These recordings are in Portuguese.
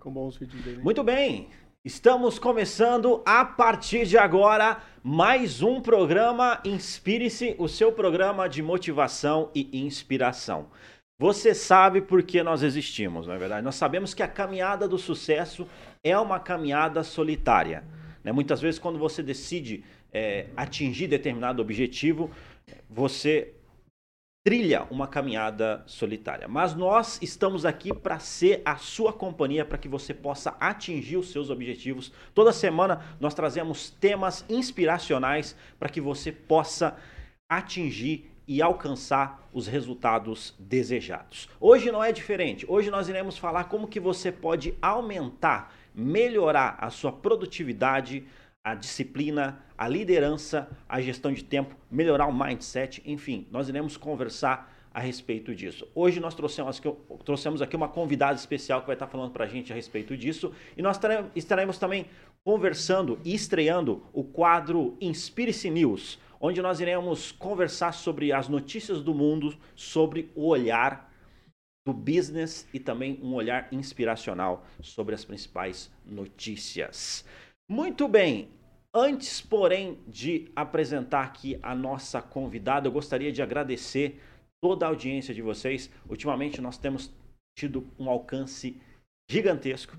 Ficam bons os vídeos dele. Muito bem, estamos começando a partir de agora mais um programa Inspire-se, o seu programa de motivação e inspiração. Você sabe por que nós existimos, não é verdade? Nós sabemos que a caminhada do sucesso é uma caminhada solitária. Né? Muitas vezes quando você decide atingir determinado objetivo, você trilha uma caminhada solitária. Mas nós estamos aqui para ser a sua companhia, para que você possa atingir os seus objetivos. Toda semana nós trazemos temas inspiracionais para que você possa atingir e alcançar os resultados desejados. Hoje não é diferente. Hoje nós iremos falar como que você pode aumentar, melhorar a sua produtividade, a disciplina, a liderança, a gestão de tempo, melhorar o mindset, enfim, nós iremos conversar a respeito disso. Hoje nós trouxemos aqui uma convidada especial que vai estar falando para a gente a respeito disso e nós estaremos também conversando e estreando o quadro Inspire-se News, onde nós iremos conversar sobre as notícias do mundo, sobre o olhar do business e também um olhar inspiracional sobre as principais notícias. Muito bem, antes, porém, de apresentar aqui a nossa convidada, eu gostaria de agradecer toda a audiência de vocês. Ultimamente nós temos tido um alcance gigantesco.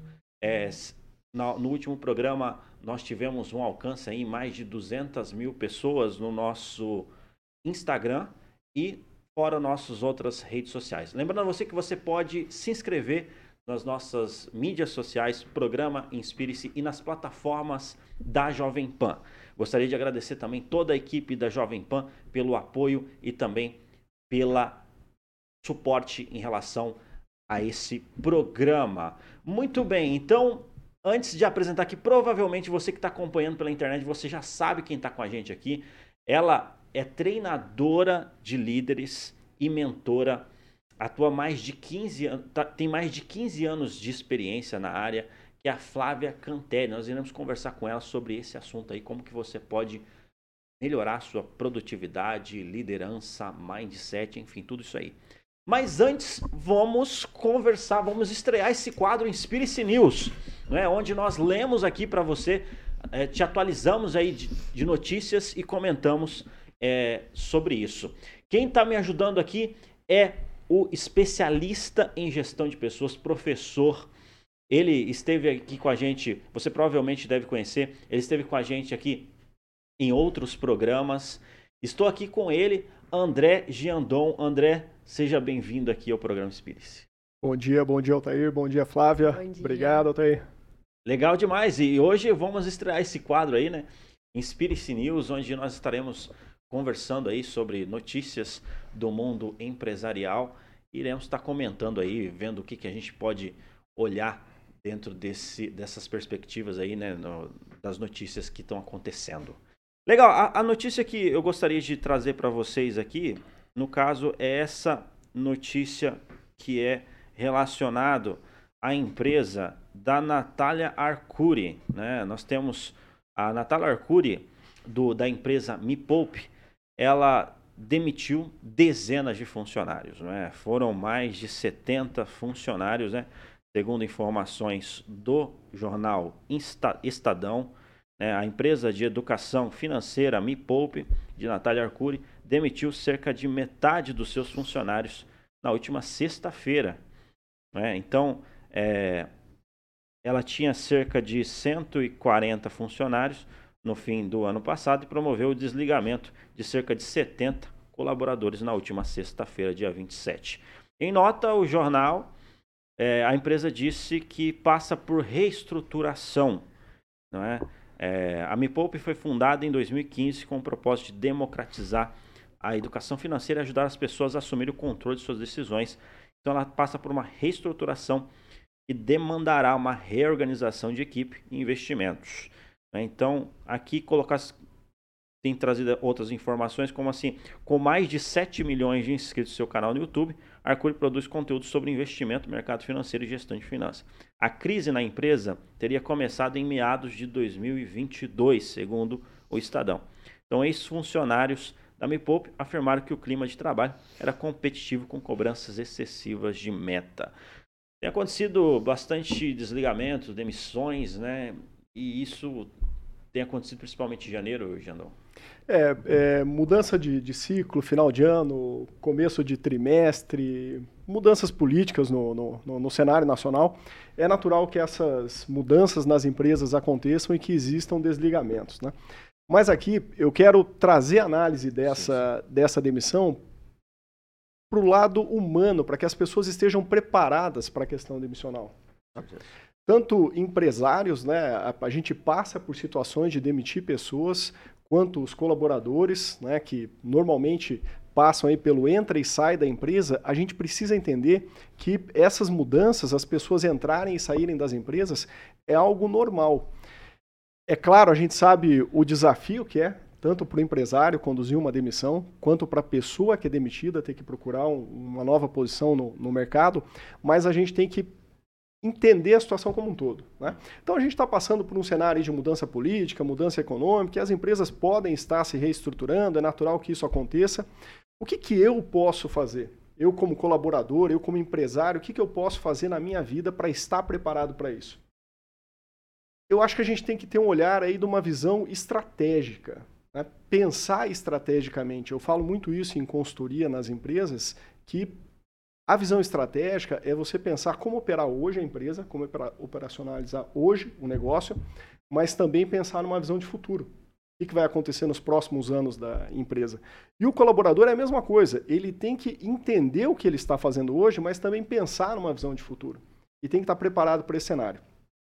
No último programa nós tivemos um alcance aí, mais de 200 mil pessoas no nosso Instagram e fora nossas outras redes sociais. Lembrando a você que você pode se inscrever nas nossas mídias sociais, programa Inspire-se e nas plataformas da Jovem Pan. Gostaria de agradecer também toda a equipe da Jovem Pan pelo apoio e também pelo suporte em relação a esse programa. Muito bem, então, antes de apresentar aqui, provavelmente você que está acompanhando pela internet, você já sabe quem está com a gente aqui. Ela é treinadora de líderes e mentora. Atua mais de 15 anos, tem mais de 15 anos de experiência na área, que é a Flávia Cantelli. Nós iremos conversar com ela sobre esse assunto aí, como que você pode melhorar a sua produtividade, liderança, mindset, enfim, tudo isso aí. Mas antes, vamos conversar, vamos estrear esse quadro Inspire-se News, né, onde nós lemos aqui para você, te atualizamos aí de notícias e comentamos sobre isso. Quem está me ajudando aqui é o especialista em gestão de pessoas, professor. Ele esteve aqui com a gente, você provavelmente deve conhecer, ele esteve com a gente aqui em outros programas. Estou aqui com ele, André Giandon. André, seja bem-vindo aqui ao programa Inspire-se. Bom dia, Altair, bom dia, Flávia. Bom dia. Obrigado, Altair. Legal demais, e hoje vamos estrear esse quadro aí, né? Inspire-se News, onde nós estaremos conversando aí sobre notícias do mundo empresarial. Iremos estar comentando aí, vendo o que a gente pode olhar dentro dessas perspectivas aí, né, das notícias que estão acontecendo. Legal, a notícia que eu gostaria de trazer para vocês aqui, no caso, é essa notícia que é relacionado à empresa da Natália Arcuri, né? Nós temos a Natália Arcuri, da empresa Me Poupe. Ela demitiu dezenas de funcionários, né? Foram mais de 70 funcionários, né? Segundo informações do jornal Estadão, né? A empresa de educação financeira Me Poupe, de Natália Arcuri, demitiu cerca de metade dos seus funcionários na última sexta-feira, né? Então, ela tinha cerca de 140 funcionários no fim do ano passado e promoveu o desligamento de cerca de 70 colaboradores na última sexta-feira, dia 27. Em nota, o jornal, a empresa disse que passa por reestruturação, não é? A Me Poupe foi fundada em 2015 com o propósito de democratizar a educação financeira e ajudar as pessoas a assumirem o controle de suas decisões. Então ela passa por uma reestruturação e demandará uma reorganização de equipe e investimentos. Então, aqui tem trazido outras informações, como assim, com mais de 7 milhões de inscritos no seu canal no YouTube, a Arcuri produz conteúdo sobre investimento, mercado financeiro e gestão de finanças. A crise na empresa teria começado em meados de 2022, segundo o Estadão. Então, ex-funcionários da Me Poupe afirmaram que o clima de trabalho era competitivo com cobranças excessivas de meta. Tem acontecido bastante desligamentos, demissões, né? E isso tem acontecido principalmente em janeiro, Jandão. Mudança de ciclo, final de ano, começo de trimestre, mudanças políticas no cenário nacional. É natural que essas mudanças nas empresas aconteçam e que existam desligamentos, né? Mas aqui eu quero trazer análise dessa demissão para o lado humano, para que as pessoas estejam preparadas para a questão demissional. Tanto empresários, né, a gente passa por situações de demitir pessoas, quanto os colaboradores, né, que normalmente passam aí pelo entra e sai da empresa, a gente precisa entender que essas mudanças, as pessoas entrarem e saírem das empresas, é algo normal. É claro, a gente sabe o desafio que é, tanto para o empresário conduzir uma demissão, quanto para a pessoa que é demitida ter que procurar uma nova posição no mercado, mas a gente tem que entender a situação como um todo, né? Então a gente está passando por um cenário de mudança política, mudança econômica, e as empresas podem estar se reestruturando, é natural que isso aconteça. O que eu posso fazer? Eu como colaborador, eu como empresário, o que eu posso fazer na minha vida para estar preparado para isso? Eu acho que a gente tem que ter um olhar aí de uma visão estratégica, né? Pensar estrategicamente. Eu falo muito isso em consultoria nas empresas, que a visão estratégica é você pensar como operar hoje a empresa, como operacionalizar hoje o negócio, mas também pensar numa visão de futuro. O que vai acontecer nos próximos anos da empresa? E o colaborador é a mesma coisa. Ele tem que entender o que ele está fazendo hoje, mas também pensar numa visão de futuro. E tem que estar preparado para esse cenário.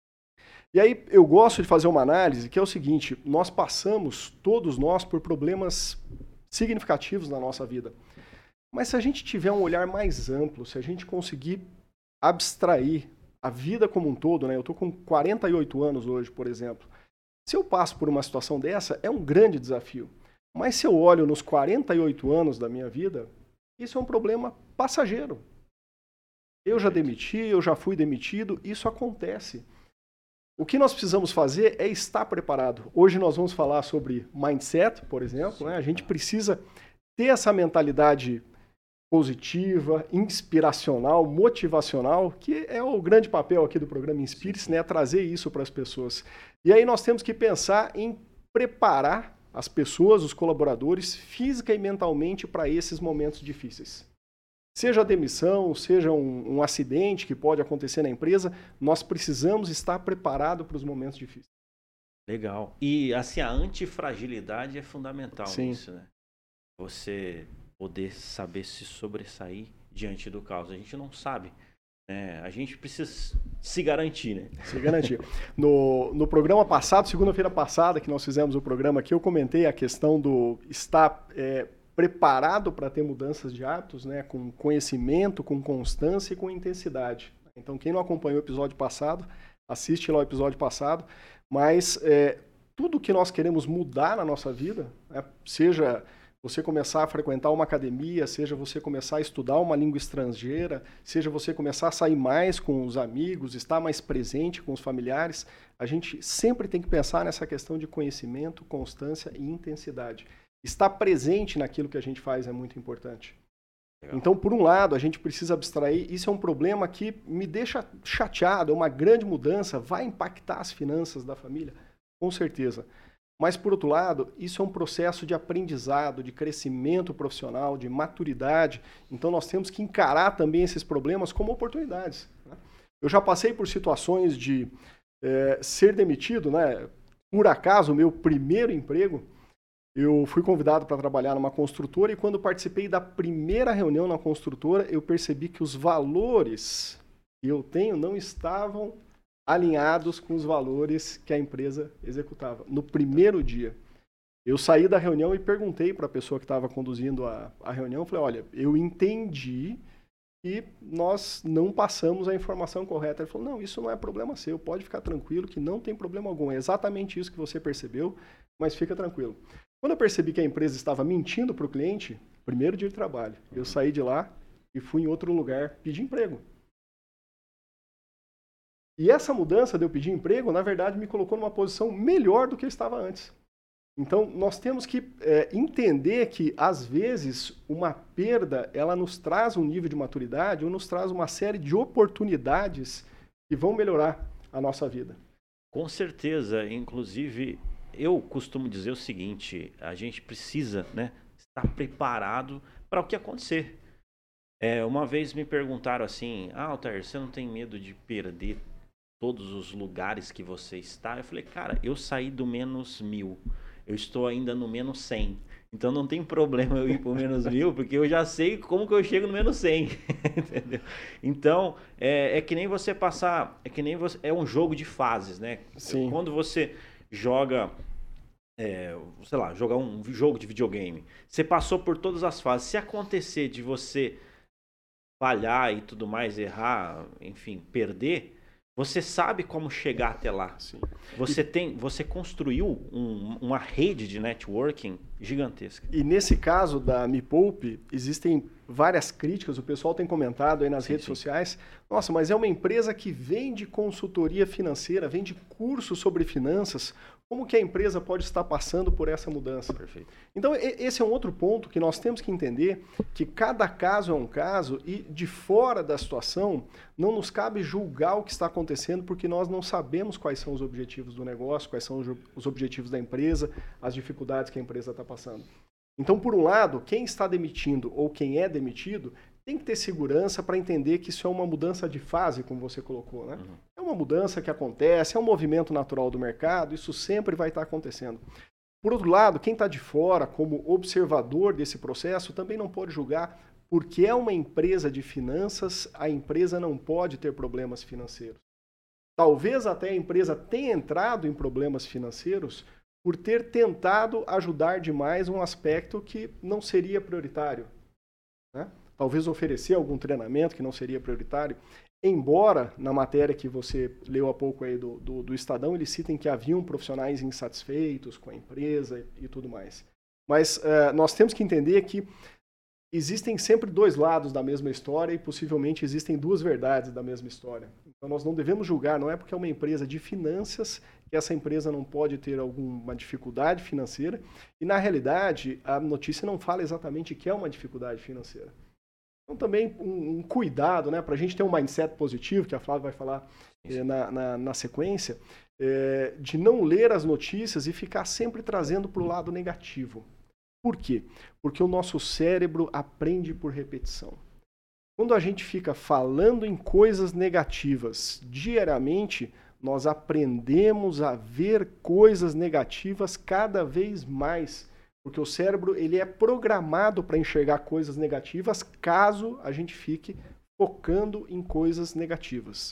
E aí eu gosto de fazer uma análise que é o seguinte: nós passamos, todos nós, por problemas significativos na nossa vida. Mas se a gente tiver um olhar mais amplo, se a gente conseguir abstrair a vida como um todo, né? Eu estou com 48 anos hoje, por exemplo. Se eu passo por uma situação dessa, é um grande desafio. Mas se eu olho nos 48 anos da minha vida, isso é um problema passageiro. Eu já demiti, eu já fui demitido, isso acontece. O que nós precisamos fazer é estar preparado. Hoje nós vamos falar sobre mindset, por exemplo, né? A gente precisa ter essa mentalidade positiva, inspiracional, motivacional, que é o grande papel aqui do programa Inspire-se, né? Trazer isso para as pessoas. E aí nós temos que pensar em preparar as pessoas, os colaboradores, física e mentalmente para esses momentos difíceis. Seja a demissão, seja um acidente que pode acontecer na empresa, nós precisamos estar preparados para os momentos difíceis. Legal. E assim, a antifragilidade é fundamental nisso, né? Você poder saber se sobressair diante do caos. A gente não sabe, né? A gente precisa se garantir, né? Se garantir. No programa passado, segunda-feira passada, que nós fizemos o programa aqui, eu comentei a questão do estar preparado para ter mudanças de hábitos, né? Com conhecimento, com constância e com intensidade. Então, quem não acompanhou o episódio passado, assiste lá o episódio passado. Mas tudo que nós queremos mudar na nossa vida, né? Seja você começar a frequentar uma academia, seja você começar a estudar uma língua estrangeira, seja você começar a sair mais com os amigos, estar mais presente com os familiares, a gente sempre tem que pensar nessa questão de conhecimento, constância e intensidade. Estar presente naquilo que a gente faz é muito importante. Legal. Então, por um lado, a gente precisa abstrair, isso é um problema que me deixa chateado, é uma grande mudança, vai impactar as finanças da família? Com certeza. Mas, por outro lado, isso é um processo de aprendizado, de crescimento profissional, de maturidade. Então, nós temos que encarar também esses problemas como oportunidades, né? Eu já passei por situações de ser demitido, né? Por acaso, o meu primeiro emprego, eu fui convidado para trabalhar numa construtora e quando participei da primeira reunião na construtora, eu percebi que os valores que eu tenho não estavam alinhados com os valores que a empresa executava. No primeiro dia, eu saí da reunião e perguntei para a pessoa que estava conduzindo a reunião, falei, olha, eu entendi que nós não passamos a informação correta. Ele falou, não, isso não é problema seu, pode ficar tranquilo que não tem problema algum, é exatamente isso que você percebeu, mas fica tranquilo. Quando eu percebi que a empresa estava mentindo para o cliente, primeiro dia de trabalho, eu saí de lá e fui em outro lugar pedir emprego. E essa mudança de eu pedir emprego, na verdade, me colocou numa posição melhor do que eu estava antes. Então, nós temos que entender que, às vezes, uma perda, ela nos traz um nível de maturidade ou nos traz uma série de oportunidades que vão melhorar a nossa vida. Com certeza, inclusive, eu costumo dizer o seguinte, a gente precisa, né, estar preparado para o que acontecer. Uma vez me perguntaram assim, Altair, você não tem medo de perder todos os lugares que você está? Eu falei, cara, eu saí do -1000, eu estou ainda no -100. Então não tem problema eu ir para o -1000, porque eu já sei como que eu chego no -100. Entendeu? Então, é que nem você passar, é um jogo de fases, né? Sim. Quando você joga, sei lá, jogar um jogo de videogame, você passou por todas as fases. Se acontecer de você falhar e tudo mais, errar, enfim, perder, você sabe como chegar até lá. Sim. Você construiu uma rede de networking gigantesca. E nesse caso da Me Poupe, existem várias críticas, o pessoal tem comentado aí nas redes sociais, nossa, mas é uma empresa que vende consultoria financeira, vende cursos sobre finanças, como que a empresa pode estar passando por essa mudança? Perfeito. Então, esse é um outro ponto que nós temos que entender, que cada caso é um caso e de fora da situação não nos cabe julgar o que está acontecendo porque nós não sabemos quais são os objetivos do negócio, quais são os objetivos da empresa, as dificuldades que a empresa está passando. Então, por um lado, quem está demitindo ou quem é demitido tem que ter segurança para entender que isso é uma mudança de fase, como você colocou, né? Uhum. É uma mudança que acontece, é um movimento natural do mercado, isso sempre vai estar acontecendo. Por outro lado, quem está de fora, como observador desse processo, também não pode julgar porque é uma empresa de finanças, a empresa não pode ter problemas financeiros. Talvez até a empresa tenha entrado em problemas financeiros por ter tentado ajudar demais um aspecto que não seria prioritário, né? Talvez oferecer algum treinamento que não seria prioritário, embora na matéria que você leu há pouco aí do Estadão, eles citem que haviam profissionais insatisfeitos com a empresa e tudo mais. Mas nós temos que entender que existem sempre dois lados da mesma história e possivelmente existem duas verdades da mesma história. Então nós não devemos julgar, não é porque é uma empresa de finanças que essa empresa não pode ter alguma dificuldade financeira e na realidade a notícia não fala exatamente que é uma dificuldade financeira. Então também um cuidado, né, para a gente ter um mindset positivo, que a Flávia vai falar na sequência, de não ler as notícias e ficar sempre trazendo para o lado negativo. Por quê? Porque o nosso cérebro aprende por repetição. Quando a gente fica falando em coisas negativas diariamente, nós aprendemos a ver coisas negativas cada vez mais. Porque o cérebro ele é programado para enxergar coisas negativas caso a gente fique focando em coisas negativas.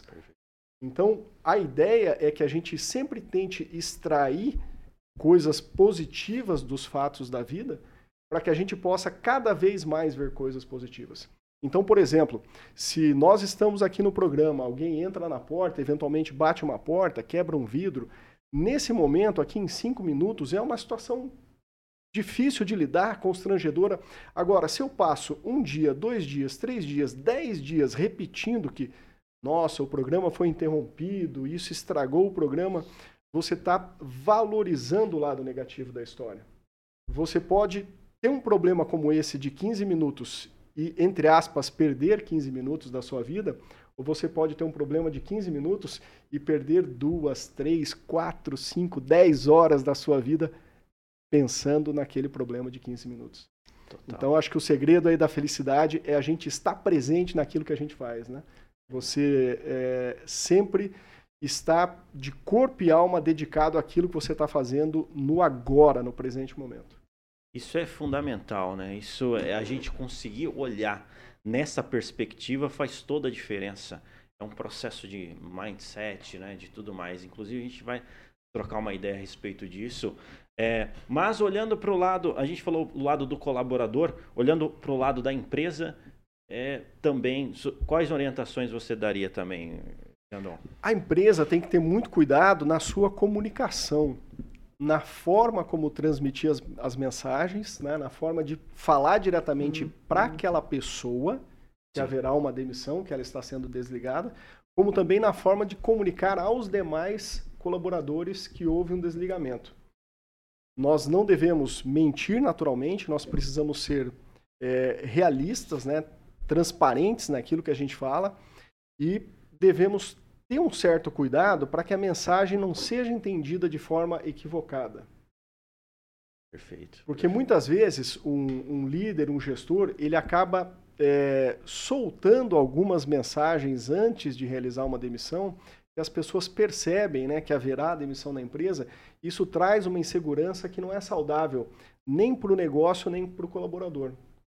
Então, a ideia é que a gente sempre tente extrair coisas positivas dos fatos da vida para que a gente possa cada vez mais ver coisas positivas. Então, por exemplo, se nós estamos aqui no programa, alguém entra na porta, eventualmente bate uma porta, quebra um vidro, nesse momento, aqui em 5 minutos, é uma situação difícil de lidar, constrangedora. Agora, se eu passo 1 dia, 2 dias, 3 dias, 10 dias repetindo que, nossa, o programa foi interrompido, isso estragou o programa, você está valorizando o lado negativo da história. Você pode ter um problema como esse de 15 minutos e, entre aspas, perder 15 minutos da sua vida, ou você pode ter um problema de 15 minutos e perder 2, 3, 4, 5, 10 horas da sua vida pensando naquele problema de 15 minutos. Total. Então, acho que o segredo aí da felicidade é a gente estar presente naquilo que a gente faz, né? Você sempre está de corpo e alma dedicado àquilo que você está fazendo no agora, no presente momento. Isso é fundamental, né? Isso a gente conseguir olhar nessa perspectiva faz toda a diferença. É um processo de mindset, né? De tudo mais. Inclusive, a gente vai trocar uma ideia a respeito disso. Mas olhando para o lado, a gente falou do lado do colaborador, olhando para o lado da empresa, também, quais orientações você daria também, Andon? A empresa tem que ter muito cuidado na sua comunicação, na forma como transmitir as mensagens, né, na forma de falar diretamente para aquela pessoa, que haverá uma demissão, que ela está sendo desligada, como também na forma de comunicar aos demais colaboradores que houve um desligamento. Nós não devemos mentir naturalmente, nós precisamos ser realistas, né? Transparentes naquilo que a gente fala e devemos ter um certo cuidado para que a mensagem não seja entendida de forma equivocada. Perfeito. Porque muitas vezes um líder, um gestor, ele acaba soltando algumas mensagens antes de realizar uma demissão e as pessoas percebem, né, que haverá demissão na empresa. Isso traz uma insegurança que não é saudável nem para o negócio, nem para o colaborador.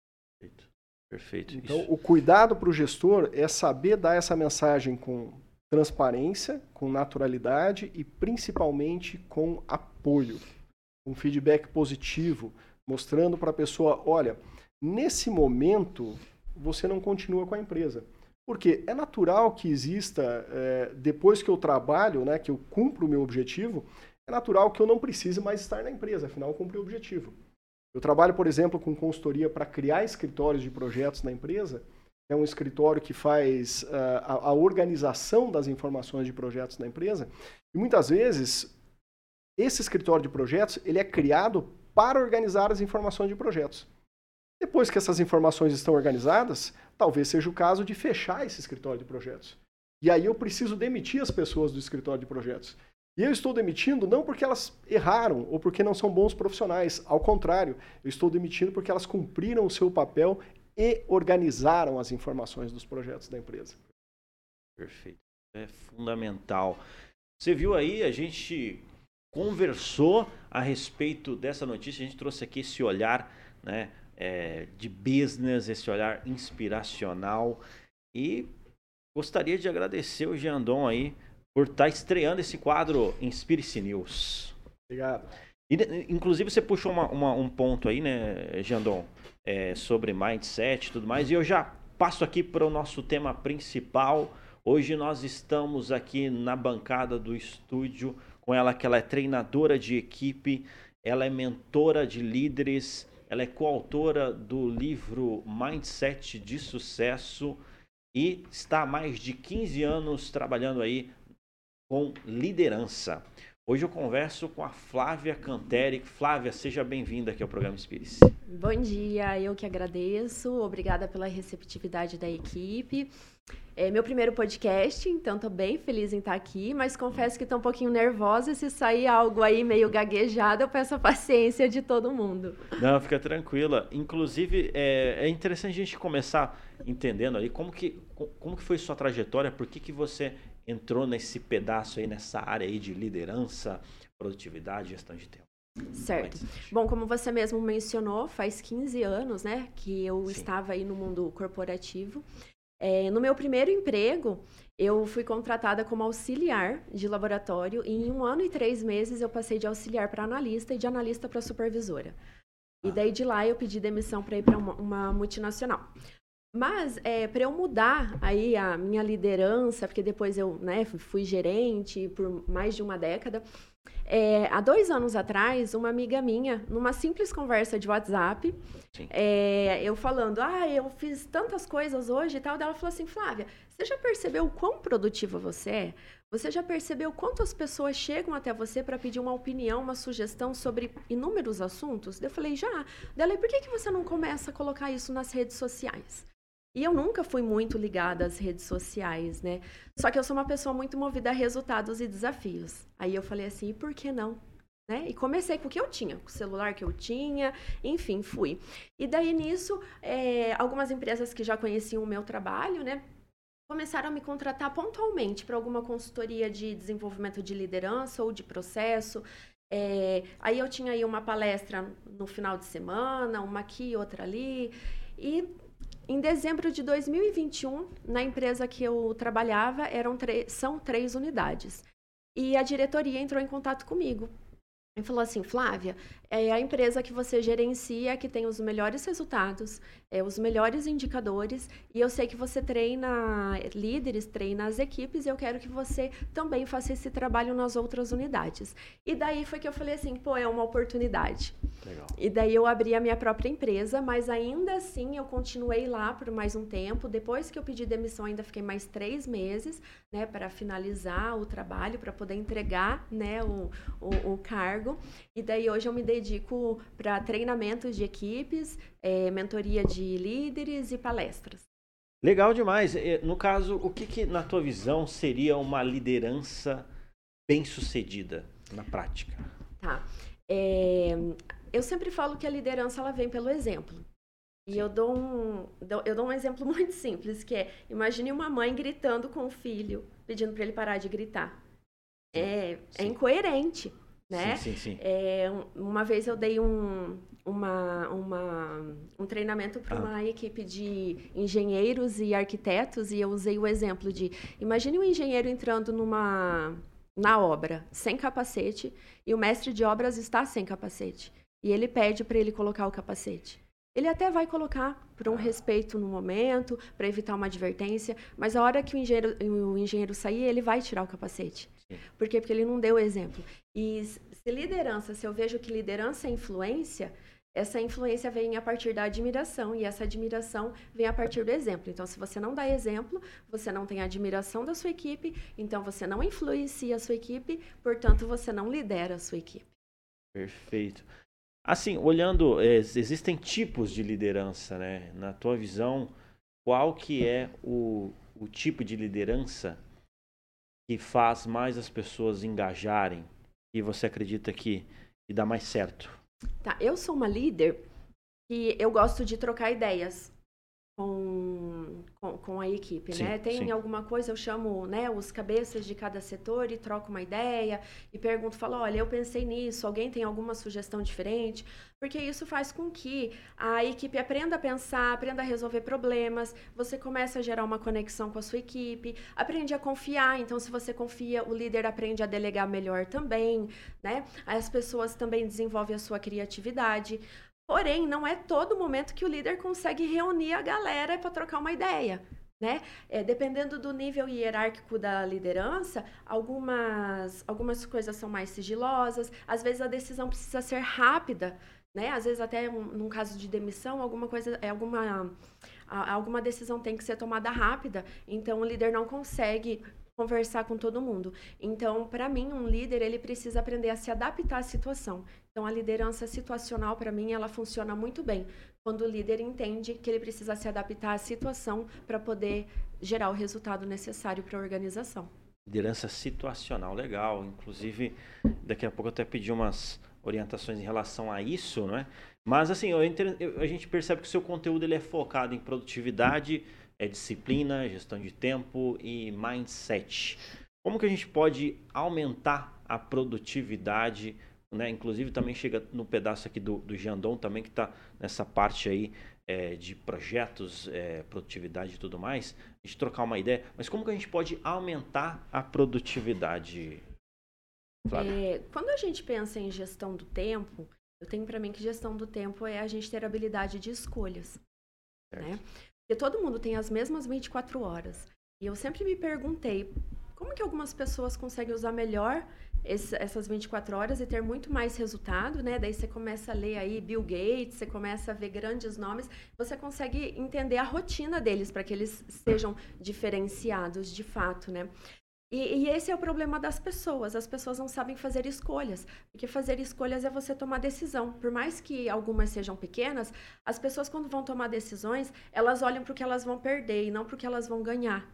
Perfeito. Então, o cuidado para o gestor é saber dar essa mensagem com transparência, com naturalidade e principalmente com apoio, um feedback positivo, mostrando para a pessoa, olha, nesse momento você não continua com a empresa. Porque é natural que exista, depois que eu trabalho, né, que eu cumpro o meu objetivo, é natural que eu não precise mais estar na empresa, afinal eu cumpri o objetivo. Eu trabalho, por exemplo, com consultoria para criar escritórios de projetos na empresa. É um escritório que faz a organização das informações de projetos na empresa. E muitas vezes, esse escritório de projetos ele é criado para organizar as informações de projetos. Depois que essas informações estão organizadas, talvez seja o caso de fechar esse escritório de projetos. E aí eu preciso demitir as pessoas do escritório de projetos. E eu estou demitindo não porque elas erraram ou porque não são bons profissionais. Ao contrário, eu estou demitindo porque elas cumpriram o seu papel e organizaram as informações dos projetos da empresa. Perfeito. É fundamental. Você viu aí, a gente conversou a respeito dessa notícia, a gente trouxe aqui esse olhar, né, de business, esse olhar inspiracional, e gostaria de agradecer o Giandon aí por estar estreando esse quadro Inspire-se News. Obrigado. E, inclusive você puxou um ponto aí, né, Giandon, sobre mindset e tudo mais, e eu já passo aqui para o nosso tema principal. Hoje nós estamos aqui na bancada do estúdio com ela, que ela é treinadora de equipe, ela é mentora de líderes, ela é coautora do livro Mindset de Sucesso e está há mais de 15 anos trabalhando aí com liderança. Hoje eu converso com a Flávia Canteri. Flávia, seja bem-vinda aqui ao programa Inspire-se. Bom dia, eu que agradeço. Obrigada pela receptividade da equipe. É meu primeiro podcast, então estou bem feliz em estar aqui, mas confesso que estou um pouquinho nervosa. Se sair algo aí meio gaguejado, eu peço a paciência de todo mundo. Não, fica tranquila. Inclusive, é interessante a gente começar entendendo ali como que foi sua trajetória, por que você entrou nesse pedaço aí, nessa área aí de liderança, produtividade, gestão de tempo. Certo. Bom, como você mesmo mencionou, faz 15 anos, né, que eu estava aí no mundo corporativo. No meu primeiro emprego, eu fui contratada como auxiliar de laboratório e em 1 ano e 3 meses eu passei de auxiliar para analista e de analista para supervisora. E daí de lá eu pedi demissão para ir para uma multinacional. Mas para eu mudar aí a minha liderança, porque depois eu, né, fui gerente por mais de uma década, há 2 anos atrás, uma amiga minha, numa simples conversa de WhatsApp, eu falando, eu fiz tantas coisas hoje e tal, ela falou assim, Flávia, você já percebeu o quão produtiva você é? Você já percebeu quantas pessoas chegam até você para pedir uma opinião, uma sugestão sobre inúmeros assuntos? Eu falei, já. Dela, e por que você não começa a colocar isso nas redes sociais? E eu nunca fui muito ligada às redes sociais, né? Só que eu sou uma pessoa muito movida a resultados e desafios. Aí eu falei assim, e por que não? Né? E comecei com o que eu tinha, com o celular que eu tinha, enfim, fui. E daí nisso, algumas empresas que já conheciam o meu trabalho, né? Começaram a me contratar pontualmente para alguma consultoria de desenvolvimento de liderança ou de processo. Aí eu tinha aí uma palestra no final de semana, uma aqui, outra ali. E em dezembro de 2021, na empresa que eu trabalhava, são 3 unidades. E a diretoria entrou em contato comigo. E falou assim, Flávia, É a empresa que você gerencia, que tem os melhores resultados, os melhores indicadores, e eu sei que você treina líderes, treina as equipes, e eu quero que você também faça esse trabalho nas outras unidades. E daí foi que eu falei assim, pô, é uma oportunidade. Legal. E daí eu abri a minha própria empresa, mas ainda assim eu continuei lá por mais um tempo. Depois que eu pedi demissão, ainda fiquei mais 3 meses, né, para finalizar o trabalho, para poder entregar, né, o cargo. E daí hoje eu me dedico para treinamentos de equipes, mentoria de líderes e palestras. Legal demais. No caso, o que na tua visão seria uma liderança bem-sucedida na prática? Tá. Eu sempre falo que a liderança ela vem pelo exemplo. E eu dou um exemplo muito simples, que é, imagine uma mãe gritando com o filho, pedindo para ele parar de gritar. É incoerente, né? Sim. Uma vez eu dei um treinamento para uma equipe de engenheiros e arquitetos, e eu usei o exemplo de, imagine um engenheiro entrando na obra sem capacete, e o mestre de obras está sem capacete. E ele pede para ele colocar o capacete. Ele até vai colocar por um respeito no momento, para evitar uma advertência, mas a hora que o engenheiro sair, ele vai tirar o capacete. Sim. Por quê? Porque ele não deu exemplo. E se eu vejo que liderança é influência, essa influência vem a partir da admiração, e essa admiração vem a partir do exemplo. Então, se você não dá exemplo, você não tem admiração da sua equipe, então você não influencia a sua equipe, portanto, você não lidera a sua equipe. Perfeito. Assim, olhando, existem tipos de liderança, né? Na tua visão, qual que é o tipo de liderança que faz mais as pessoas engajarem e você acredita que dá mais certo? Tá, eu sou uma líder que eu gosto de trocar ideias com a equipe, Sim, né? Tem sim. alguma coisa, eu chamo, né, os cabeças de cada setor e troco uma ideia e pergunto, falo, olha, eu pensei nisso, alguém tem alguma sugestão diferente? Porque isso faz com que a equipe aprenda a pensar, aprenda a resolver problemas, você começa a gerar uma conexão com a sua equipe, aprende a confiar, então se você confia, o líder aprende a delegar melhor também, né? As pessoas também desenvolvem a sua criatividade. Porém, não é todo momento que o líder consegue reunir a galera para trocar uma ideia, né? Dependendo do nível hierárquico da liderança, algumas coisas são mais sigilosas, às vezes a decisão precisa ser rápida, né? Às vezes até num caso de demissão, alguma decisão tem que ser tomada rápida, então o líder não consegue conversar com todo mundo. Então, para mim, um líder, ele precisa aprender a se adaptar à situação. Então, a liderança situacional, para mim, ela funciona muito bem. Quando o líder entende que ele precisa se adaptar à situação para poder gerar o resultado necessário para a organização. Liderança situacional, legal. Inclusive, daqui a pouco eu até pedi umas orientações em relação a isso, não é? Mas, assim, a gente percebe que o seu conteúdo ele é focado em produtividade, disciplina, gestão de tempo e mindset. Como que a gente pode aumentar a produtividade, né? Inclusive também chega no pedaço aqui do Jandon também, que está nessa parte aí de projetos, produtividade e tudo mais, a gente trocar uma ideia, mas como que a gente pode aumentar a produtividade, Flávia? Quando a gente pensa em gestão do tempo, eu tenho para mim que gestão do tempo é a gente ter habilidade de escolhas, né? Porque todo mundo tem as mesmas 24 horas. E eu sempre me perguntei, como que algumas pessoas conseguem usar melhor essas 24 horas e ter muito mais resultado, né? Daí você começa a ler aí Bill Gates, você começa a ver grandes nomes, você consegue entender a rotina deles para que eles sejam diferenciados de fato, né? E esse é o problema das pessoas. As pessoas não sabem fazer escolhas. Porque fazer escolhas é você tomar decisão. Por mais que algumas sejam pequenas, as pessoas, quando vão tomar decisões, elas olham para o que elas vão perder e não para o que elas vão ganhar.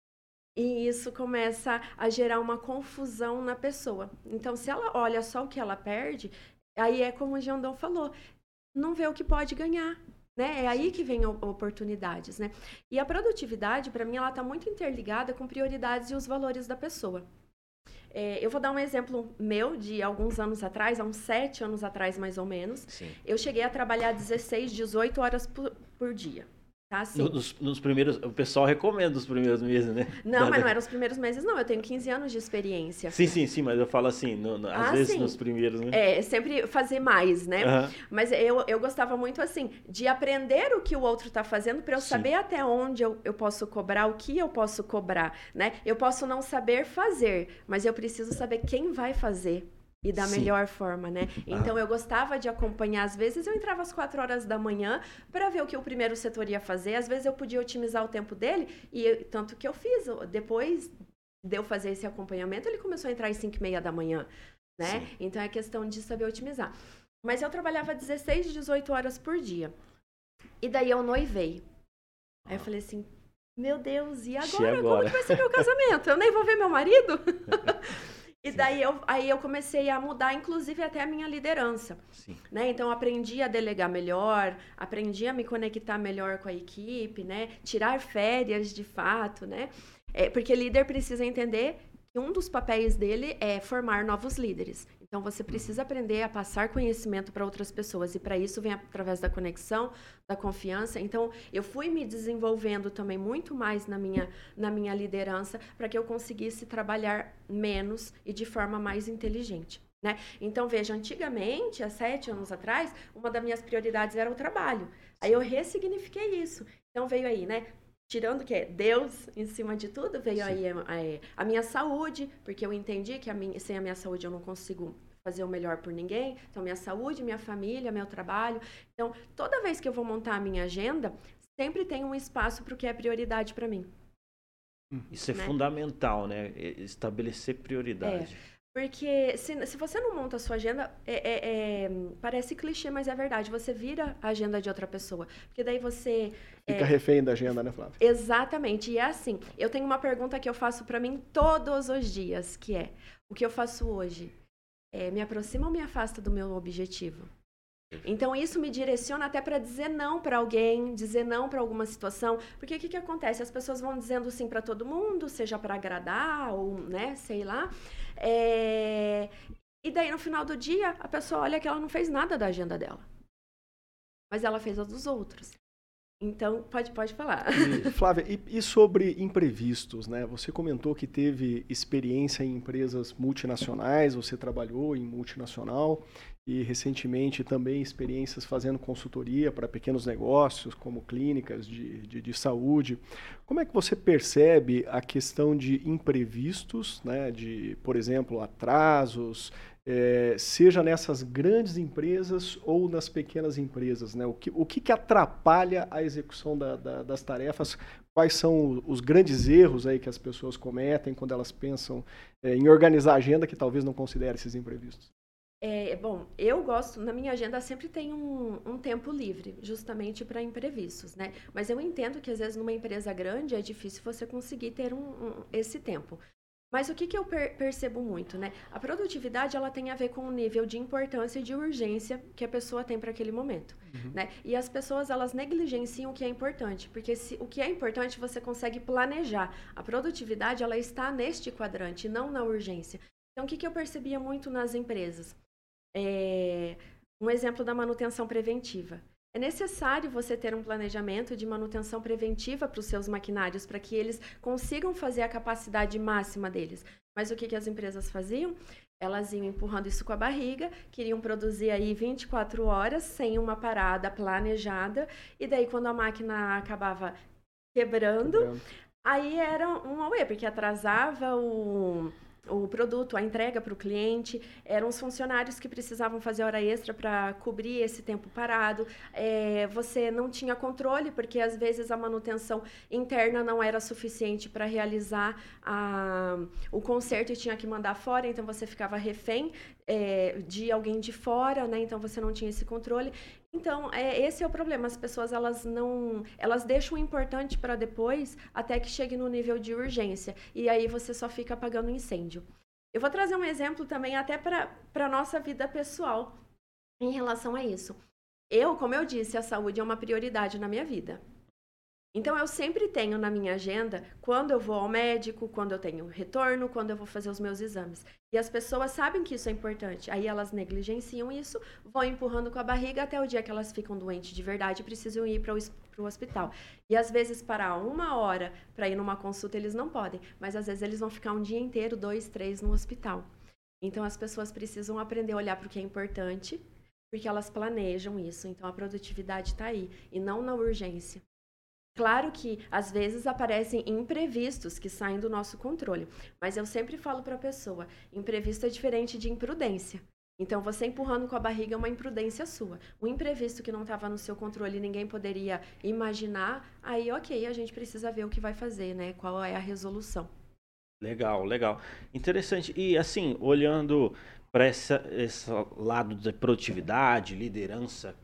E isso começa a gerar uma confusão na pessoa. Então, se ela olha só o que ela perde, aí é como o Jandon falou, não vê o que pode ganhar. Né? É aí que vem oportunidades, né? E a produtividade, para mim, ela está muito interligada com prioridades e os valores da pessoa. Eu vou dar um exemplo meu de alguns anos atrás, há uns 7 anos atrás, mais ou menos. Sim. Eu cheguei a trabalhar 16, 18 horas por dia. Tá, sim. Nos primeiros, o pessoal recomenda os primeiros meses, né? Não, mas não eram os primeiros meses, não. Eu tenho 15 anos de experiência. Sim, mas eu falo assim, às vezes sim. Nos primeiros, né? Sempre fazer mais, né? Mas eu gostava muito, assim, de aprender o que o outro tá fazendo para eu saber até onde eu posso cobrar, o que eu posso cobrar, né? Eu posso não saber fazer, mas eu preciso saber quem vai fazer. E da melhor forma, né? Então, eu gostava de acompanhar. Às vezes, eu entrava às 4 horas da manhã para ver o que o primeiro setor ia fazer. Às vezes, eu podia otimizar o tempo dele. E tanto que eu fiz. Depois de eu fazer esse acompanhamento, ele começou a entrar às 5h30 da manhã, né? Sim. Então, é questão de saber otimizar. Mas eu trabalhava 16, 18 horas por dia. E daí, eu noivei. Aí, eu falei assim, meu Deus, e agora? Como que vai ser meu casamento? Eu nem vou ver meu marido? E daí aí eu comecei a mudar, inclusive, até a minha liderança. Né? Então, eu aprendi a delegar melhor, aprendi a me conectar melhor com a equipe, né? Tirar férias, de fato, né? Porque líder precisa entender que um dos papéis dele é formar novos líderes. Então, você precisa aprender a passar conhecimento para outras pessoas. E para isso vem através da conexão, da confiança. Então, eu fui me desenvolvendo também muito mais na minha liderança para que eu conseguisse trabalhar menos e de forma mais inteligente. Né? Então, veja, antigamente, há 7 anos atrás, uma das minhas prioridades era o trabalho. Aí eu ressignifiquei isso. Então, veio aí, né? Tirando o que é Deus em cima de tudo, veio aí a minha saúde, porque eu entendi que sem a minha saúde eu não consigo fazer o melhor por ninguém. Então, minha saúde, minha família, meu trabalho. Então, toda vez que eu vou montar a minha agenda, sempre tem um espaço para o que é prioridade para mim. Isso é fundamental, né? Estabelecer prioridade. Porque se você não monta a sua agenda, parece clichê, mas é verdade. Você vira a agenda de outra pessoa. Porque daí você... Fica refém da agenda, né, Flávia? Exatamente. E é assim, eu tenho uma pergunta que eu faço para mim todos os dias, que é, o que eu faço hoje? Me aproxima ou me afasta do meu objetivo? Então, isso me direciona até para dizer não para alguém, dizer não para alguma situação. Porque o que acontece? As pessoas vão dizendo sim para todo mundo, seja para agradar ou, né, sei lá. E daí, no final do dia, a pessoa olha que ela não fez nada da agenda dela. Mas ela fez a dos outros. Então, pode falar. Flávia, e sobre imprevistos, né? Você comentou que teve experiência em empresas multinacionais, você trabalhou em multinacional e recentemente também experiências fazendo consultoria para pequenos negócios, como clínicas de saúde. Como é que você percebe a questão de imprevistos, né? De, por exemplo, atrasos, seja nessas grandes empresas ou nas pequenas empresas, né? O que atrapalha a execução das tarefas? Quais são os grandes erros aí que as pessoas cometem quando elas pensam em organizar a agenda que talvez não considere esses imprevistos? Bom, eu gosto, na minha agenda sempre tem um tempo livre, justamente para imprevistos, né? Mas eu entendo que às vezes numa empresa grande é difícil você conseguir ter esse tempo. Mas o que eu percebo muito, né? A produtividade, ela tem a ver com o nível de importância e de urgência que a pessoa tem para aquele momento, né? E as pessoas, elas negligenciam o que é importante, porque o que é importante você consegue planejar. A produtividade, ela está neste quadrante, não na urgência. Então, o que eu percebia muito nas empresas? Um exemplo da manutenção preventiva. É necessário você ter um planejamento de manutenção preventiva para os seus maquinários, para que eles consigam fazer a capacidade máxima deles. Mas o que as empresas faziam? Elas iam empurrando isso com a barriga, queriam produzir aí 24 horas sem uma parada planejada, e daí quando a máquina acabava quebrando. Aí era um auê, porque atrasava o produto, a entrega para o cliente, eram os funcionários que precisavam fazer hora extra para cobrir esse tempo parado, você não tinha controle, porque às vezes a manutenção interna não era suficiente para realizar o conserto e tinha que mandar fora, então você ficava refém de alguém de fora, né? Então você não tinha esse controle. Então, esse é o problema, as pessoas elas deixam o importante para depois, até que chegue no nível de urgência, e aí você só fica apagando incêndio. Eu vou trazer um exemplo também até para a nossa vida pessoal em relação a isso. Como eu disse, a saúde é uma prioridade na minha vida. Então, eu sempre tenho na minha agenda quando eu vou ao médico, quando eu tenho retorno, quando eu vou fazer os meus exames. E as pessoas sabem que isso é importante. Aí elas negligenciam isso, vão empurrando com a barriga até o dia que elas ficam doentes de verdade e precisam ir para o hospital. E às vezes parar 1 hora para ir numa consulta eles não podem. Mas às vezes eles vão ficar um dia inteiro, 2, 3 no hospital. Então as pessoas precisam aprender a olhar para o que é importante, porque elas planejam isso. Então a produtividade está aí e não na urgência. Claro que, às vezes, aparecem imprevistos que saem do nosso controle. Mas eu sempre falo para a pessoa, imprevisto é diferente de imprudência. Então, você empurrando com a barriga é uma imprudência sua. Um imprevisto que não estava no seu controle e ninguém poderia imaginar, aí, ok, a gente precisa ver o que vai fazer, né? Qual é a resolução. Legal, legal. Interessante. E, assim, olhando para esse lado da produtividade, liderança,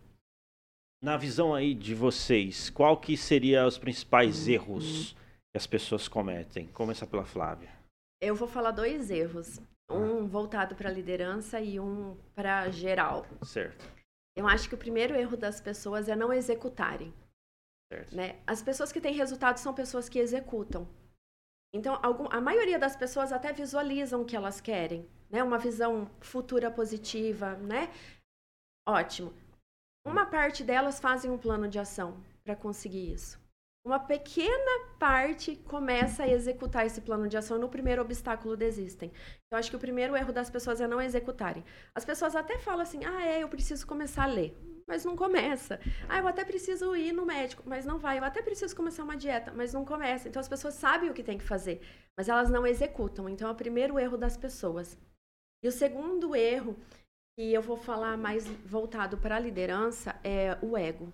na visão aí de vocês, qual que seria os principais erros que as pessoas cometem? Começar pela Flávia. Eu vou falar 2 erros. Um voltado para a liderança e um para geral. Certo. Eu acho que o primeiro erro das pessoas é não executarem. Certo. Né? As pessoas que têm resultado são pessoas que executam. Então, a maioria das pessoas até visualizam o que elas querem. Né? Uma visão futura positiva, né? Ótimo. Uma parte delas fazem um plano de ação para conseguir isso. Uma pequena parte começa a executar esse plano de ação e no primeiro obstáculo desistem. Eu acho que o primeiro erro das pessoas é não executarem. As pessoas até falam assim, eu preciso começar a ler, mas não começa. Eu até preciso ir no médico, mas não vai. Eu até preciso começar uma dieta, mas não começa. Então as pessoas sabem o que tem que fazer, mas elas não executam. Então é o primeiro erro das pessoas. E o segundo erro, que eu vou falar mais voltado para a liderança, é o ego.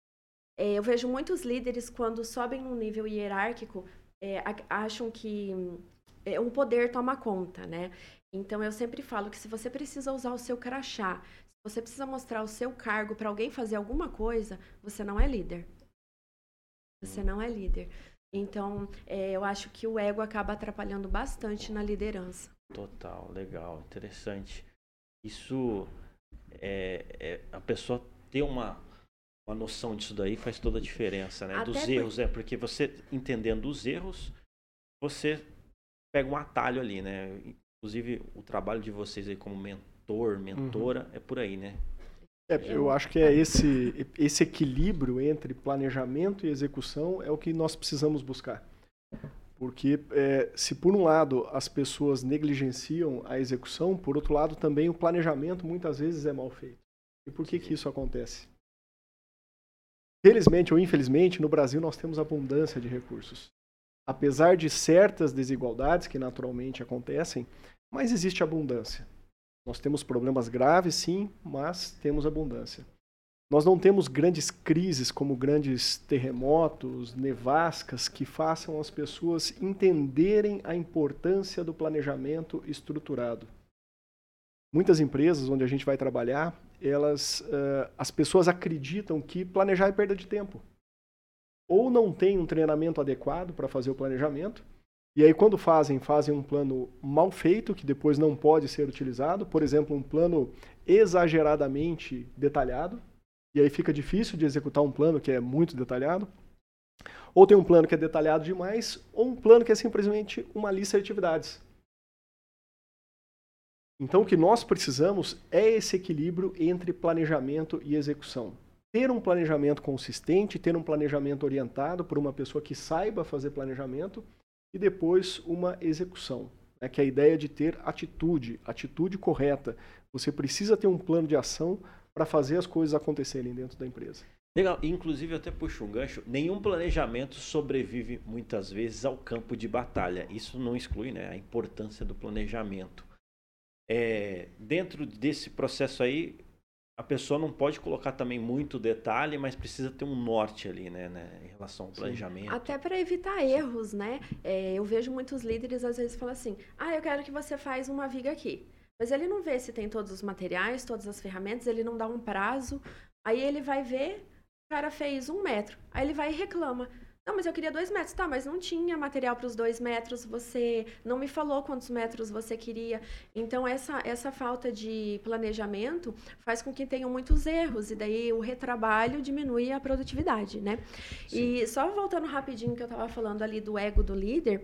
Eu vejo muitos líderes, quando sobem num nível hierárquico, acham que o poder toma conta, né? Então, eu sempre falo que se você precisa usar o seu crachá, se você precisa mostrar o seu cargo para alguém fazer alguma coisa, você não é líder. Você não é líder. Então, eu acho que o ego acaba atrapalhando bastante na liderança. Total, legal, interessante. Isso, a pessoa ter uma noção disso daí faz toda a diferença, né? Dos erros, porque você entendendo os erros, você pega um atalho ali, né? Inclusive, o trabalho de vocês aí como mentor, mentora, é por aí, né? Eu acho que é esse equilíbrio entre planejamento e execução é o que nós precisamos buscar. Porque se por um lado as pessoas negligenciam a execução, por outro lado também o planejamento muitas vezes é mal feito. E por que isso acontece? Felizmente ou infelizmente, no Brasil nós temos abundância de recursos. Apesar de certas desigualdades que naturalmente acontecem, mas existe abundância. Nós temos problemas graves, sim, mas temos abundância. Nós não temos grandes crises como grandes terremotos, nevascas, que façam as pessoas entenderem a importância do planejamento estruturado. Muitas empresas onde a gente vai trabalhar, as pessoas acreditam que planejar é perda de tempo. Ou não tem um treinamento adequado para fazer o planejamento, e aí quando fazem um plano mal feito, que depois não pode ser utilizado, por exemplo, um plano exageradamente detalhado, e aí fica difícil de executar um plano que é muito detalhado. Ou tem um plano que é detalhado demais, ou um plano que é simplesmente uma lista de atividades. Então o que nós precisamos é esse equilíbrio entre planejamento e execução. Ter um planejamento consistente, ter um planejamento orientado por uma pessoa que saiba fazer planejamento, e depois uma execução, né, que é a ideia de ter atitude correta. Você precisa ter um plano de ação para fazer as coisas acontecerem dentro da empresa. Legal, inclusive eu até puxo um gancho, nenhum planejamento sobrevive muitas vezes ao campo de batalha. Isso não exclui, né, a importância do planejamento. Dentro desse processo aí, a pessoa não pode colocar também muito detalhe, mas precisa ter um norte ali, né em relação ao planejamento. Até para evitar erros, né? Eu vejo muitos líderes às vezes falam assim, eu quero que você faça uma viga aqui. Mas ele não vê se tem todos os materiais, todas as ferramentas, ele não dá um prazo. Aí ele vai ver, o cara fez 1 metro. Aí ele vai e reclama. Não, mas eu queria 2 metros. Tá, mas não tinha material para os 2 metros, você não me falou quantos metros você queria. Então, essa falta de planejamento faz com que tenham muitos erros, e daí o retrabalho diminui a produtividade, né? Sim. E só voltando rapidinho que eu estava falando ali do ego do líder,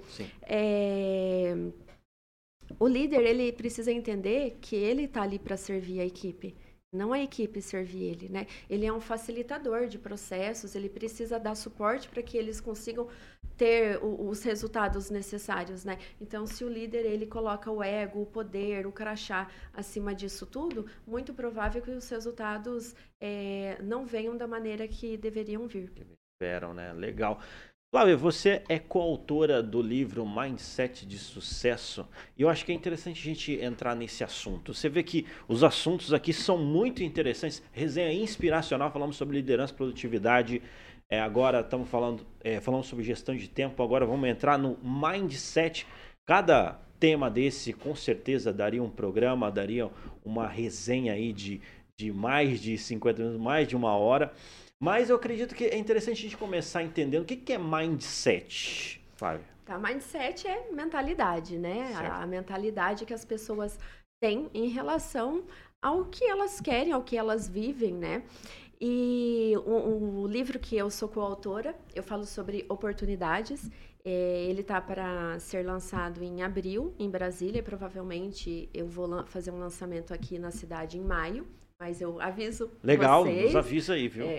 o líder, ele precisa entender que ele está ali para servir a equipe. Não a equipe servir ele, né? Ele é um facilitador de processos, ele precisa dar suporte para que eles consigam ter os resultados necessários, né? Então, se o líder, ele coloca o ego, o poder, o crachá acima disso tudo, muito provável que os resultados não venham da maneira que deveriam vir. Esperam, né? Legal. Flávia, você é coautora do livro Mindset de Sucesso, e eu acho que é interessante a gente entrar nesse assunto. Você vê que os assuntos aqui são muito interessantes, resenha inspiracional, falamos sobre liderança e produtividade, agora estamos falando sobre gestão de tempo, agora vamos entrar no Mindset. Cada tema desse com certeza daria um programa, daria uma resenha aí de mais de 50 minutos, mais de 1 hora. Mas eu acredito que é interessante a gente começar entendendo o que é mindset, Flávia. Tá, mindset é mentalidade, né? A mentalidade que as pessoas têm em relação ao que elas querem, ao que elas vivem, né? E o livro que eu sou coautora, eu falo sobre oportunidades. Ele tá para ser lançado em abril, em Brasília, e provavelmente eu vou fazer um lançamento aqui na cidade em maio, mas eu aviso Legal, vocês. nos avisa aí, viu?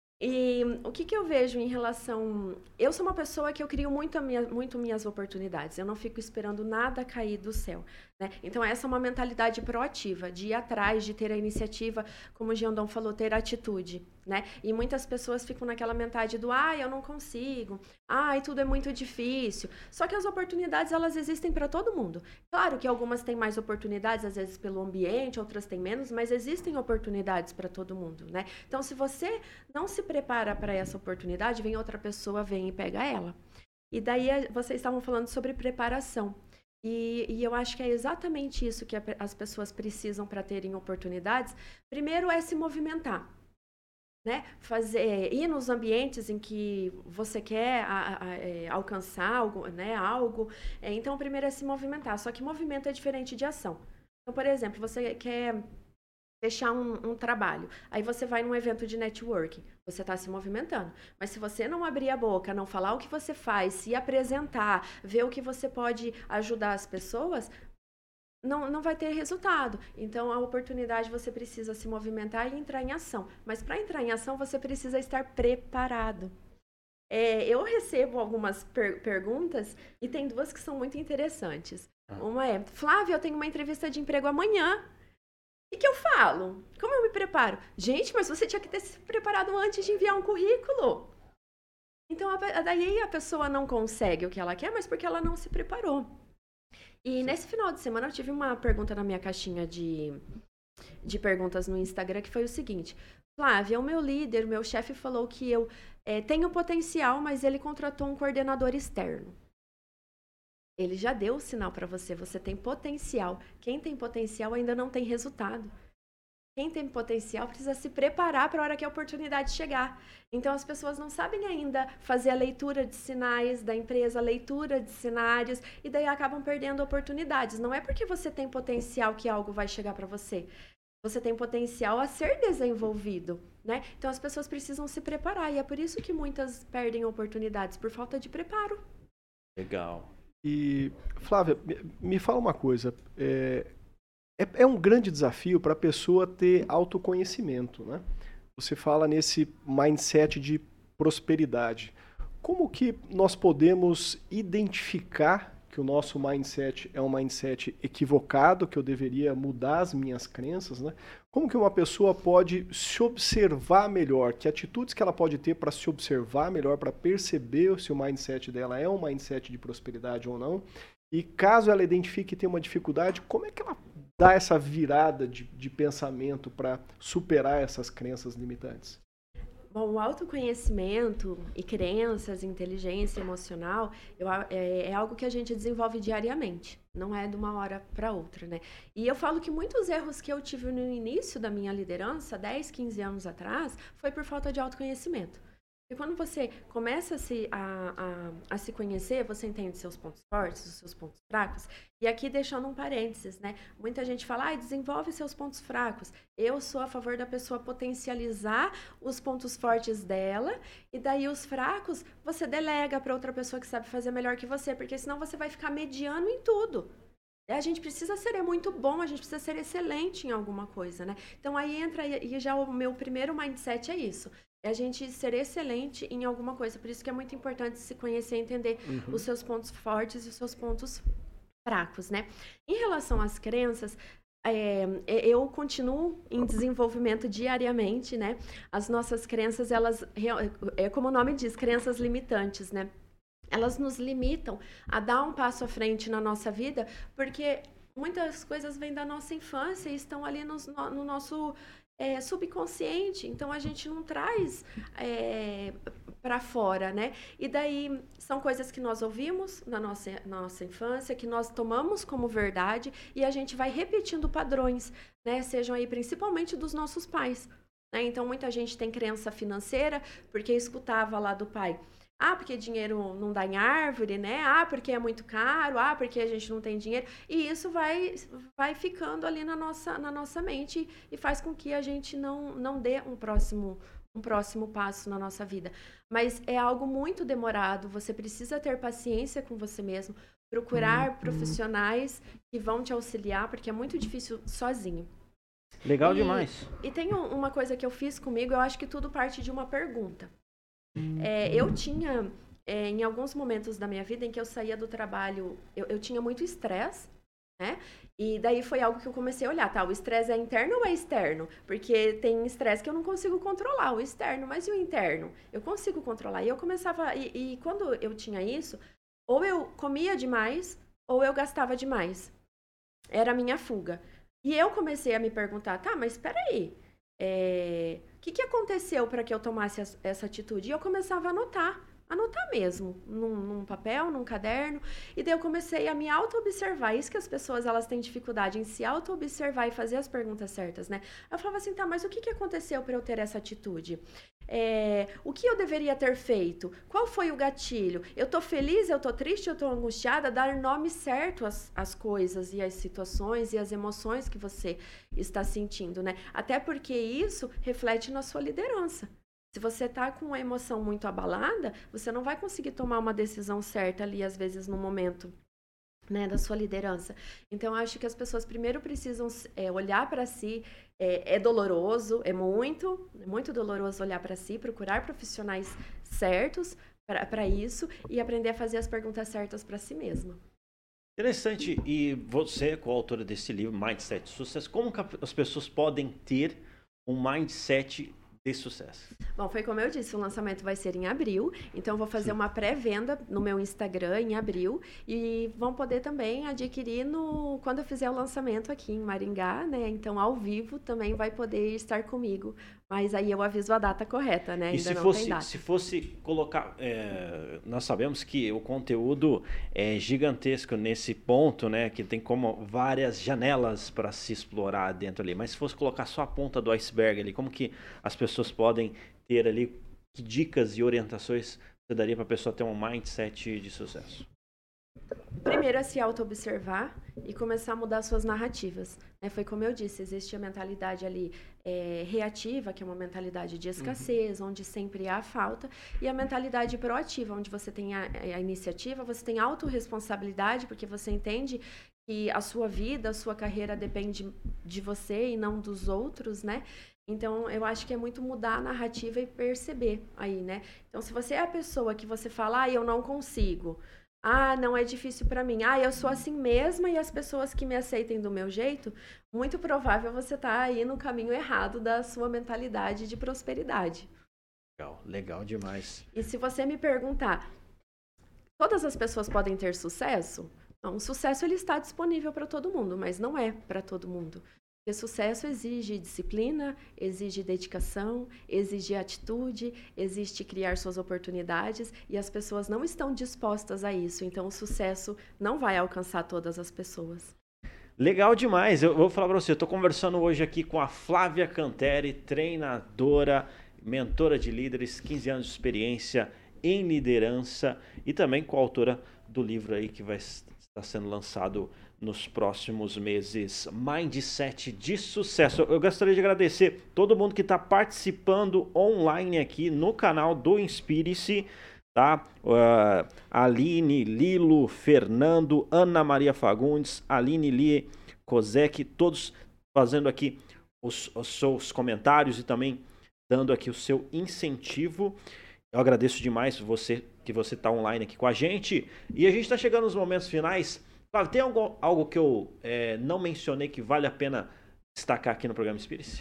E o que eu vejo em relação... Eu sou uma pessoa que eu crio muito minhas oportunidades. Eu não fico esperando nada cair do céu, né? Então, essa é uma mentalidade proativa, de ir atrás, de ter a iniciativa, como o Giandon falou, ter atitude, né? E muitas pessoas ficam naquela mentalidade do eu não consigo, tudo é muito difícil. Só que as oportunidades, elas existem para todo mundo. Claro que algumas têm mais oportunidades, às vezes pelo ambiente, outras têm menos, mas existem oportunidades para todo mundo, né? Então, se você não se prepara para essa oportunidade, vem outra pessoa, vem e pega ela. E daí, vocês estavam falando sobre preparação. E eu acho que é exatamente isso que as pessoas precisam para terem oportunidades. Primeiro é se movimentar, né? Ir nos ambientes em que você quer alcançar algo, né? Então, primeiro é se movimentar. Só que movimento é diferente de ação. Então, por exemplo, você quer fechar um trabalho. Aí você vai num evento de networking. Você está se movimentando. Mas se você não abrir a boca, não falar o que você faz, se apresentar, ver o que você pode ajudar as pessoas, não vai ter resultado. Então, a oportunidade, você precisa se movimentar e entrar em ação. Mas para entrar em ação, você precisa estar preparado. Eu recebo algumas perguntas e tem 2 que são muito interessantes. Uma é: Flávia, eu tenho uma entrevista de emprego amanhã. O que eu falo? Como eu me preparo? Gente, mas você tinha que ter se preparado antes de enviar um currículo. Então, daí a pessoa não consegue o que ela quer, mas porque ela não se preparou. E nesse final de semana eu tive uma pergunta na minha caixinha de perguntas no Instagram, que foi o seguinte: Flávia, o meu líder, o meu chefe falou que eu tenho potencial, mas ele contratou um coordenador externo. Ele já deu o sinal para você, você tem potencial. Quem tem potencial ainda não tem resultado. Quem tem potencial precisa se preparar para a hora que a oportunidade chegar. Então, as pessoas não sabem ainda fazer a leitura de sinais da empresa, a leitura de cenários, e daí acabam perdendo oportunidades. Não é porque você tem potencial que algo vai chegar para você. Você tem potencial a ser desenvolvido, né? Então, as pessoas precisam se preparar, e é por isso que muitas perdem oportunidades, por falta de preparo. Legal. E, Flávia, me fala uma coisa. É um grande desafio para a pessoa ter autoconhecimento, né? Você fala nesse mindset de prosperidade. Como que nós podemos identificar que o nosso mindset é um mindset equivocado, que eu deveria mudar as minhas crenças, né? Como que uma pessoa pode se observar melhor? Que atitudes que ela pode ter para se observar melhor, para perceber se o mindset dela é um mindset de prosperidade ou não? E caso ela identifique que tem uma dificuldade, como é que ela dá essa virada de pensamento para superar essas crenças limitantes? Bom, o autoconhecimento e crenças, inteligência emocional, é algo que a gente desenvolve diariamente. Não é de uma hora para outra, né? E eu falo que muitos erros que eu tive no início da minha liderança, 10, 15 anos atrás, foi por falta de autoconhecimento. E quando você começa a se conhecer, você entende seus pontos fortes, os seus pontos fracos. E aqui deixando um parênteses, né? Muita gente fala, desenvolve seus pontos fracos. Eu sou a favor da pessoa potencializar os pontos fortes dela, e daí os fracos você delega para outra pessoa que sabe fazer melhor que você, porque senão você vai ficar mediano em tudo. A gente precisa ser muito bom, a gente precisa ser excelente em alguma coisa, né? Então aí entra, e já o meu primeiro mindset é isso. É a gente ser excelente em alguma coisa. Por isso que é muito importante se conhecer e entender os seus pontos fortes e os seus pontos fracos, né? Em relação às crenças, eu continuo em desenvolvimento diariamente, né? As nossas crenças, elas, como o nome diz, crenças limitantes, né? Elas nos limitam a dar um passo à frente na nossa vida, porque muitas coisas vêm da nossa infância e estão ali no nosso subconsciente. Então, a gente não traz para fora, né? E daí, são coisas que nós ouvimos na nossa infância, que nós tomamos como verdade e a gente vai repetindo padrões, né? Sejam aí principalmente dos nossos pais, né? Então, muita gente tem crença financeira porque escutava lá do pai. Porque dinheiro não dá em árvore, né? Porque é muito caro, porque a gente não tem dinheiro. E isso vai ficando ali na nossa mente e faz com que a gente não dê um próximo passo na nossa vida. Mas é algo muito demorado, você precisa ter paciência com você mesmo, procurar profissionais que vão te auxiliar, porque é muito difícil sozinho. Legal demais. E tem uma coisa que eu fiz comigo, eu acho que tudo parte de uma pergunta. Eu tinha, em alguns momentos da minha vida em que eu saía do trabalho, eu tinha muito estresse, né? E daí foi algo que eu comecei a olhar, o estresse é interno ou é externo? Porque tem estresse que eu não consigo controlar, o externo, mas e o interno? Eu consigo controlar. E eu começava, e quando eu tinha isso, ou eu comia demais, ou eu gastava demais. Era a minha fuga. E eu comecei a me perguntar, mas espera aí, o que aconteceu para que eu tomasse essa atitude? E eu começava a anotar mesmo, num papel, num caderno, e daí eu comecei a me auto-observar. Isso que as pessoas, elas têm dificuldade em se auto-observar e fazer as perguntas certas, né? Eu falava assim, mas o que aconteceu para eu ter essa atitude? O que eu deveria ter feito? Qual foi o gatilho? Eu tô feliz, eu tô triste, eu tô angustiada? Dar nome certo às coisas e às situações e às emoções que você está sentindo, né? Até porque isso reflete na sua liderança. Se você tá com uma emoção muito abalada, você não vai conseguir tomar uma decisão certa ali, às vezes, no momento, né, da sua liderança. Então, eu acho que as pessoas primeiro precisam olhar para si. É doloroso, é muito doloroso olhar para si, procurar profissionais certos para isso e aprender a fazer as perguntas certas para si mesma. Interessante. E você, coautora desse livro, Mindset de Sucesso, como que as pessoas podem ter um mindset de sucesso? Bom, foi como eu disse, o lançamento vai ser em abril, então eu vou fazer uma pré-venda no meu Instagram em abril e vão poder também adquirir quando eu fizer o lançamento aqui em Maringá, né? Então, ao vivo também vai poder estar comigo, mas aí eu aviso a data correta, né? Ainda não tem data. Se fosse colocar, nós sabemos que o conteúdo é gigantesco nesse ponto, né? Que tem como várias janelas para se explorar dentro ali, mas se fosse colocar só a ponta do iceberg ali, como que as pessoas podem ter ali, que dicas e orientações você daria para a pessoa ter um mindset de sucesso? Primeiro é se auto-observar e começar a mudar suas narrativas. Foi como eu disse, existe a mentalidade ali reativa, que é uma mentalidade de escassez, onde sempre há falta, e a mentalidade proativa, onde você tem a iniciativa, você tem autorresponsabilidade, porque você entende que a sua vida, a sua carreira depende de você e não dos outros, né? Então, eu acho que é muito mudar a narrativa e perceber aí, né? Então, se você é a pessoa que você fala, eu não consigo, não é difícil para mim, eu sou assim mesma e as pessoas que me aceitem do meu jeito, muito provável você tá aí no caminho errado da sua mentalidade de prosperidade. Legal demais. E se você me perguntar, todas as pessoas podem ter sucesso? Não, o sucesso ele está disponível para todo mundo, mas não é para todo mundo. Porque sucesso exige disciplina, exige dedicação, exige atitude, exige criar suas oportunidades e as pessoas não estão dispostas a isso. Então, o sucesso não vai alcançar todas as pessoas. Legal demais. Eu vou falar para você, eu estou conversando hoje aqui com a Flávia Canteri, treinadora mentora de líderes, 15 anos de experiência em liderança e também coautora do livro aí que vai estar sendo lançado nos próximos meses, Mindset de Sucesso. Eu gostaria de agradecer todo mundo que está participando online aqui no canal do Inspire-se, tá? Aline, Lilo, Fernando, Ana Maria Fagundes, Aline Lie, Kozek, todos fazendo aqui os seus comentários e também dando aqui o seu incentivo. Eu agradeço demais que você está online aqui com a gente. E a gente está chegando nos momentos finais. Claro, tem algo que eu não mencionei que vale a pena destacar aqui no programa Inspire-se?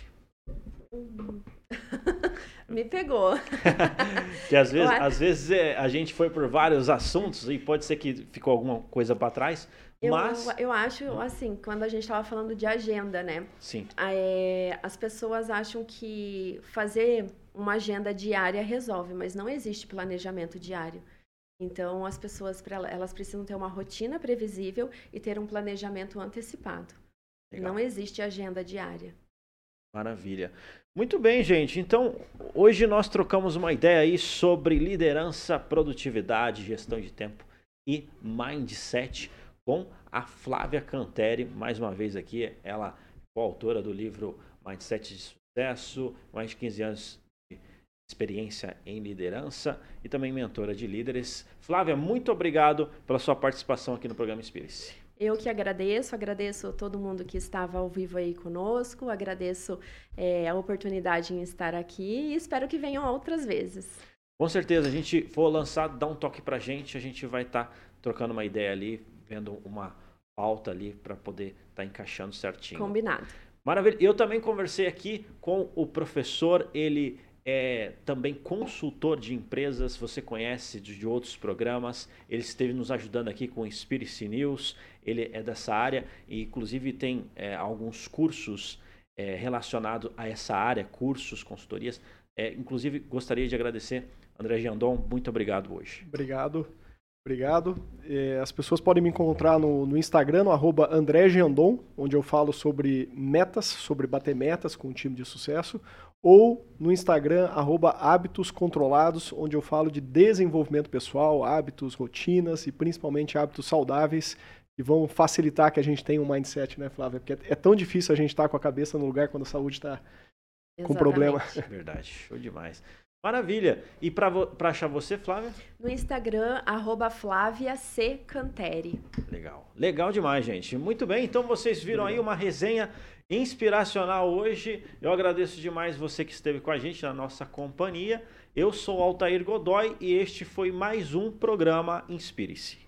Me pegou. Que às vezes a gente foi por vários assuntos e pode ser que ficou alguma coisa para trás. Eu acho, assim, quando a gente estava falando de agenda, né? Sim. As pessoas acham que fazer uma agenda diária resolve, mas não existe planejamento diário. Então, as pessoas, elas precisam ter uma rotina previsível e ter um planejamento antecipado. Legal. Não existe agenda diária. Maravilha. Muito bem, gente. Então, hoje nós trocamos uma ideia aí sobre liderança, produtividade, gestão de tempo e mindset com a Flávia Canteri, mais uma vez aqui, ela coautora do livro Mindset de Sucesso, mais de 15 anos de experiência em liderança e também mentora de líderes. Flávia, muito obrigado pela sua participação aqui no programa Inspire-se. Eu que agradeço todo mundo que estava ao vivo aí conosco, agradeço a oportunidade em estar aqui e espero que venham outras vezes. Com certeza, a gente for lançado, dá um toque pra gente, a gente vai estar trocando uma ideia ali, vendo uma pauta ali para poder estar encaixando certinho. Combinado. Maravilha. Eu também conversei aqui com o professor, ele é também consultor de empresas, você conhece de outros programas, ele esteve nos ajudando aqui com o Inspire-se News, ele é dessa área e inclusive tem alguns cursos relacionados a essa área, cursos, consultorias. Inclusive gostaria de agradecer, André Giandon, muito obrigado hoje. Obrigado. As pessoas podem me encontrar no Instagram, no @AndréGiandon, onde eu falo sobre metas, sobre bater metas com um time de sucesso, ou no Instagram, @Hábitos Controlados, onde eu falo de desenvolvimento pessoal, hábitos, rotinas e principalmente hábitos saudáveis que vão facilitar que a gente tenha um mindset, né, Flávia? Porque é tão difícil a gente estar com a cabeça no lugar quando a saúde está com problema. Verdade, show demais. Maravilha. E para achar você, Flávia? No Instagram, @FláviaCCanteri. Legal. Legal demais, gente. Muito bem. Então vocês viram aí uma resenha inspiracional hoje. Eu agradeço demais você que esteve com a gente na nossa companhia. Eu sou Altair Godoy e este foi mais um programa Inspire-se.